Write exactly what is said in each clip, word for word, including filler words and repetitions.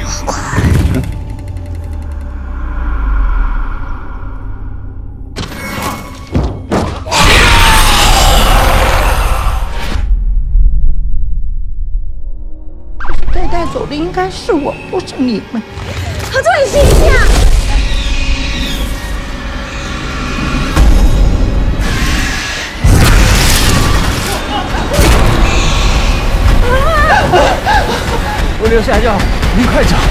被带走的应该是我，不是你们。 合作一试一下。 我留下药，你快找。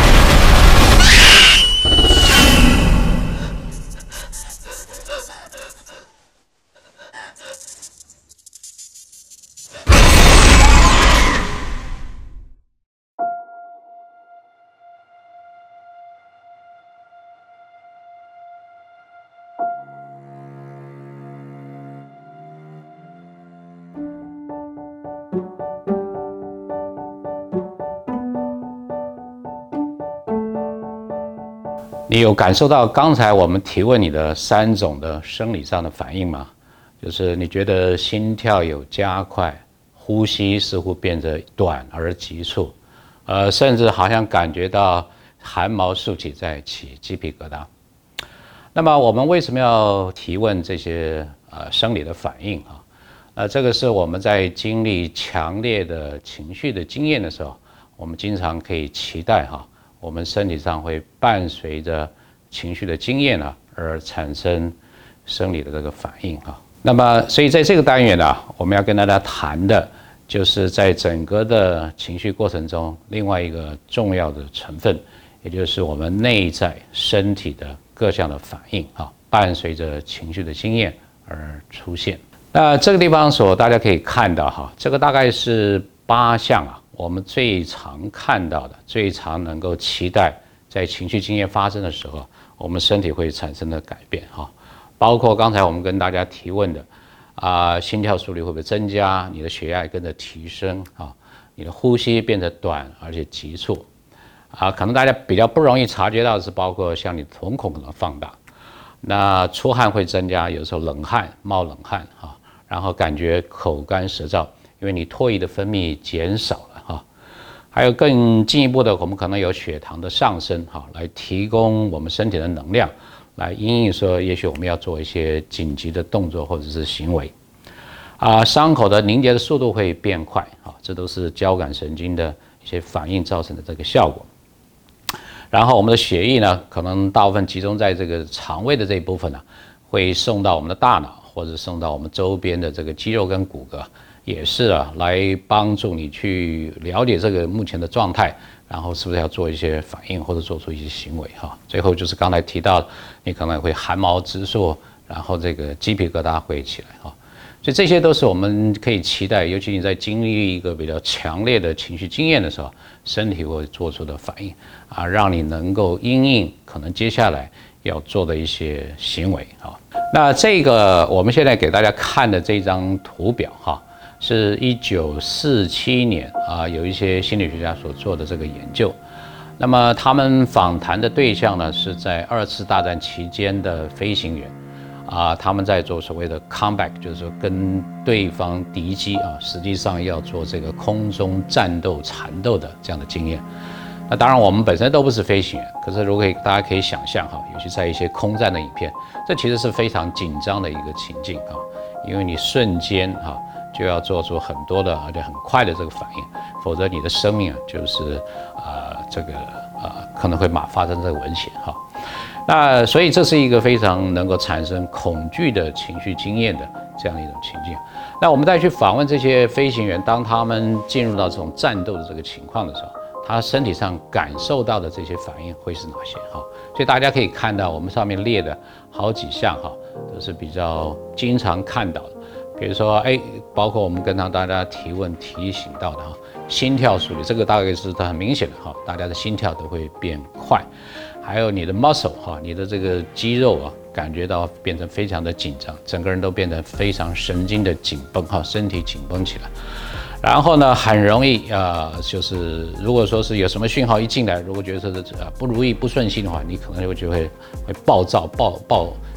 你有感受到刚才我们提问你的三种的生理上的反应吗？就是你觉得心跳有加快，呼吸似乎变得短而急促，呃，甚至好像感觉到汗毛竖起在起鸡皮疙瘩。那么我们为什么要提问这些呃生理的反应啊？呃，这个是我们在经历强烈的情绪的经验的时候，我们经常可以期待哈。我们身体上会伴随着情绪的经验呢，而产生生理的这个反应啊。那么，所以在这个单元呢，我们要跟大家谈的，就是在整个的情绪过程中，另外一个重要的成分，也就是我们内在身体的各项的反应啊，伴随着情绪的经验而出现。那这个地方所大家可以看到哈，这个大概是八项啊。我们最常看到的、最常能够期待在情绪经验发生的时候，我们身体会产生的改变哈，包括刚才我们跟大家提问的啊，心跳速率会不会增加？你的血压跟着提升啊，你的呼吸变得短而且急促啊，可能大家比较不容易察觉到的是，包括像你瞳孔可能放大，那出汗会增加，有时候冷汗冒冷汗啊，然后感觉口干舌燥，因为你唾液的分泌减少了。还有更进一步的，我们可能有血糖的上升，哈，来提供我们身体的能量，来因应说，也许我们要做一些紧急的动作或者是行为，啊，伤口的凝结的速度会变快，啊，这都是交感神经的一些反应造成的这个效果。然后我们的血液呢，可能大部分集中在这个肠胃的这一部分呢，会送到我们的大脑，或者送到我们周边的这个肌肉跟骨骼。也是啊，来帮助你去了解这个目前的状态，然后是不是要做一些反应或者做出一些行为哈。最后就是刚才提到，你可能会汗毛直竖，然后这个鸡皮疙瘩会起来哈。所以这些都是我们可以期待，尤其你在经历一个比较强烈的情绪经验的时候，身体会做出的反应啊，让你能够因应可能接下来要做的一些行为哈。那这个我们现在给大家看的这张图表哈。是一九四七年啊，有一些心理学家所做的这个研究。那么他们访谈的对象呢，是在二次大战期间的飞行员啊，他们在做所谓的 combat， 就是说跟对方敌机啊，实际上要做这个空中战斗、缠斗的这样的经验。那当然，我们本身都不是飞行员，可是如果大家可以想象哈，尤其在一些空战的影片，这其实是非常紧张的一个情境啊，因为你瞬间哈。就要做出很多的而且很快的这个反应，否则你的生命啊就是呃这个呃可能会马发生这个危险哈。那所以这是一个非常能够产生恐惧的情绪经验的这样的一种情境。那我们再去访问这些飞行员，当他们进入到这种战斗的这个情况的时候，他身体上感受到的这些反应会是哪些哈？所以大家可以看到我们上面列的好几项哈，都是比较经常看到的。比如说，哎，包括我们跟大家提问提醒到的哈，心跳速率，这个大概是很明显的哈，大家的心跳都会变快，还有你的 muscle 哈，你的这个肌肉啊，感觉到变成非常的紧张，整个人都变得非常神经的紧绷哈，身体紧绷起来。然后呢，很容易啊、呃，就是如果说是有什么讯号一进来，如果觉得是呃不如意、不顺心的话，你可能就会会会暴躁、暴暴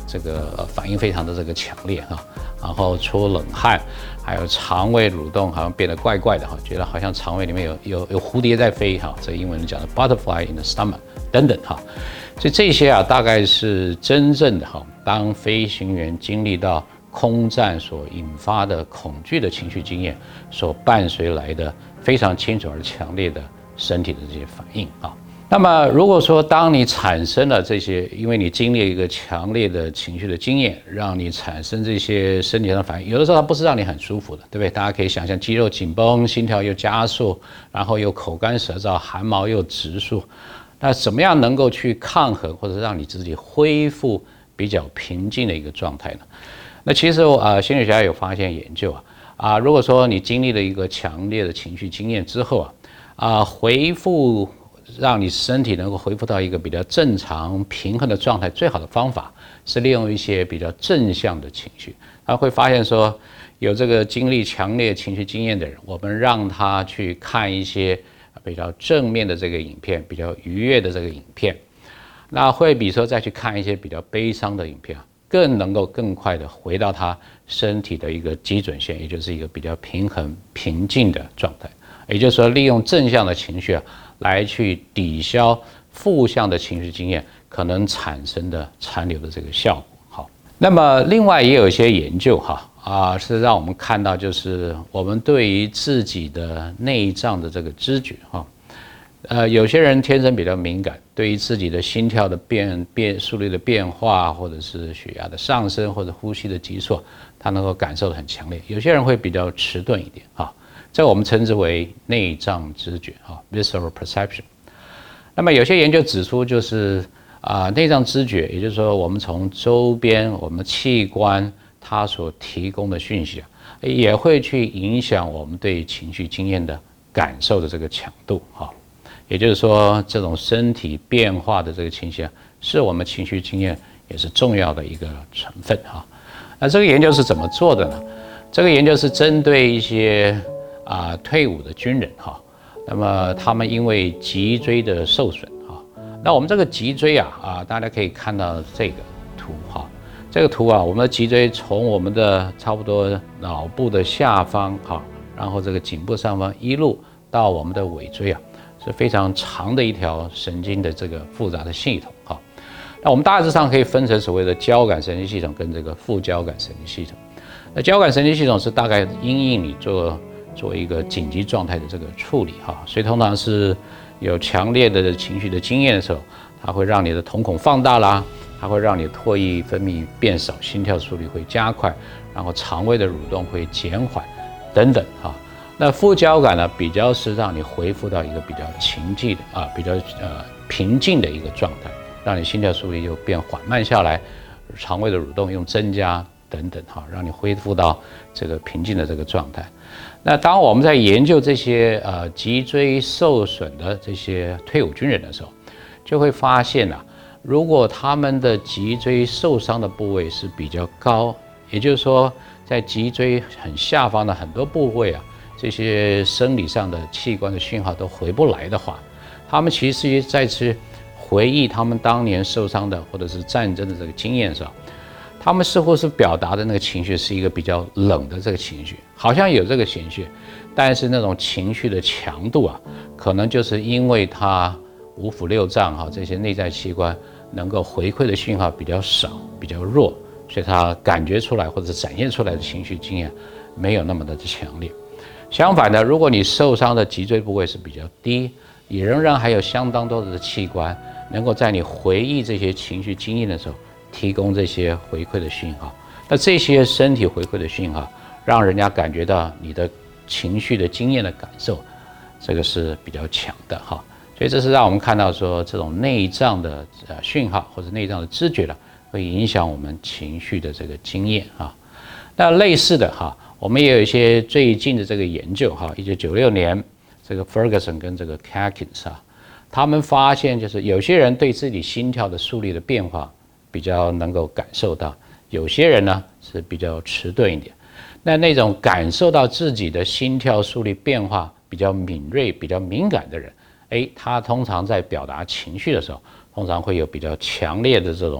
这个呃反应非常的这个强烈哈，然后出冷汗，还有肠胃蠕动好像变得怪怪的哈，觉得好像肠胃里面有有有蝴蝶在飞哈，这英文讲的 butterfly in the stomach 等等哈，所以这些啊大概是真正的哈，当飞行员经历到空战所引发的恐惧的情绪经验所伴随来的非常清楚而强烈的身体的这些反应啊。那么，如果说当你产生了这些，因为你经历一个强烈的情绪的经验，让你产生这些身体上的反应，有的时候它不是让你很舒服的，对不对？大家可以想象，肌肉紧绷，心跳又加速，然后又口干舌燥，汗毛又直竖，那怎么样能够去抗衡，或者让你自己恢复比较平静的一个状态呢？那其实呃，心理学家有发现研究啊，啊，如果说你经历了一个强烈的情绪经验之后啊，啊，恢复。让你身体能够恢复到一个比较正常平衡的状态，最好的方法是利用一些比较正向的情绪。他会发现说，有这个经历强烈情绪经验的人，我们让他去看一些比较正面的这个影片，比较愉悦的这个影片，那会比说再去看一些比较悲伤的影片啊，更能够更快的回到他身体的一个基准线，也就是一个比较平衡平静的状态。也就是说，利用正向的情绪啊，来去抵消负向的情绪经验可能产生的残留的这个效果。好，那么另外也有一些研究哈啊，是让我们看到，就是我们对于自己的内脏的这个知觉哈，呃，有些人天生比较敏感，对于自己的心跳的变变速率的变化，或者是血压的上升，或者呼吸的急促，他能够感受得很强烈。有些人会比较迟钝一点哈。这我们称之为内脏知觉啊 （visceral perception）。那么有些研究指出，就是啊、呃、内脏知觉，也就是说，我们从周边我们器官它所提供的讯息啊，也会去影响我们对情绪经验的感受的这个强度哈。也就是说，这种身体变化的这个情形啊，是我们情绪经验也是重要的一个成分哈。那这个研究是怎么做的呢？这个研究是针对一些啊，退伍的军人哈，那么他们因为脊椎的受损哈，那我们这个脊椎啊啊，大家可以看到这个图哈，这个图啊，我们的脊椎从我们的差不多脑部的下方哈，然后这个颈部上方一路到我们的尾椎啊，是非常长的一条神经的这个复杂的系统哈。那我们大致上可以分成所谓的交感神经系统跟这个副交感神经系统。那交感神经系统是大概因应你做做一个紧急状态的这个处理哈，所以通常是有强烈的情绪的经验的时候，它会让你的瞳孔放大啦，它会让你的唾液分泌变少，心跳速率会加快，然后肠胃的蠕动会减缓等等哈。那副交感呢，比较是让你恢复到一个比较情境的啊，比较呃平静的一个状态，让你心跳速率又变缓慢下来，肠胃的蠕动又增加等等哈，让你恢复到这个平静的这个状态。那当我们在研究这些呃脊椎受损的这些退伍军人的时候，就会发现啊，如果他们的脊椎受伤的部位是比较高，也就是说在脊椎很下方的很多部位啊，这些生理上的器官的讯号都回不来的话，他们其实再次回忆他们当年受伤的或者是战争的这个经验的时候，他们似乎是表达的那个情绪是一个比较冷的这个情绪，好像有这个情绪，但是那种情绪的强度啊，可能就是因为他五腑六脏哈这些内在器官能够回馈的讯号比较少、比较弱，所以他感觉出来或者展现出来的情绪经验没有那么的强烈。相反的，如果你受伤的脊椎部位是比较低，你仍然还有相当多的器官能够在你回忆这些情绪经验的时候提供这些回馈的讯号，那这些身体回馈的讯号，让人家感觉到你的情绪的经验的感受，这个是比较强的哈。所以这是让我们看到说，这种内脏的呃讯号或者内脏的知觉了，会影响我们情绪的这个经验啊。那类似的哈，我们也有一些最近的这个研究哈，一九九六年这个 Ferguson 跟这个 Calkins 啊，他们发现就是有些人对自己心跳的速率的变化比较能够感受到，有些人呢是比较迟钝一点。那那种感受到自己的心跳速率变化比较敏锐、比较敏感的人，哎，他通常在表达情绪的时候，通常会有比较强烈的这种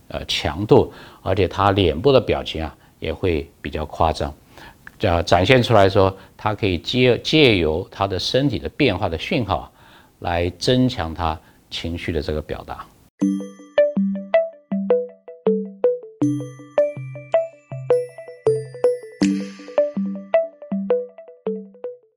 呃强度，而且他脸部的表情啊也会比较夸张，呃展现出来说，他可以借借由他的身体的变化的讯号，来增强他情绪的这个表达。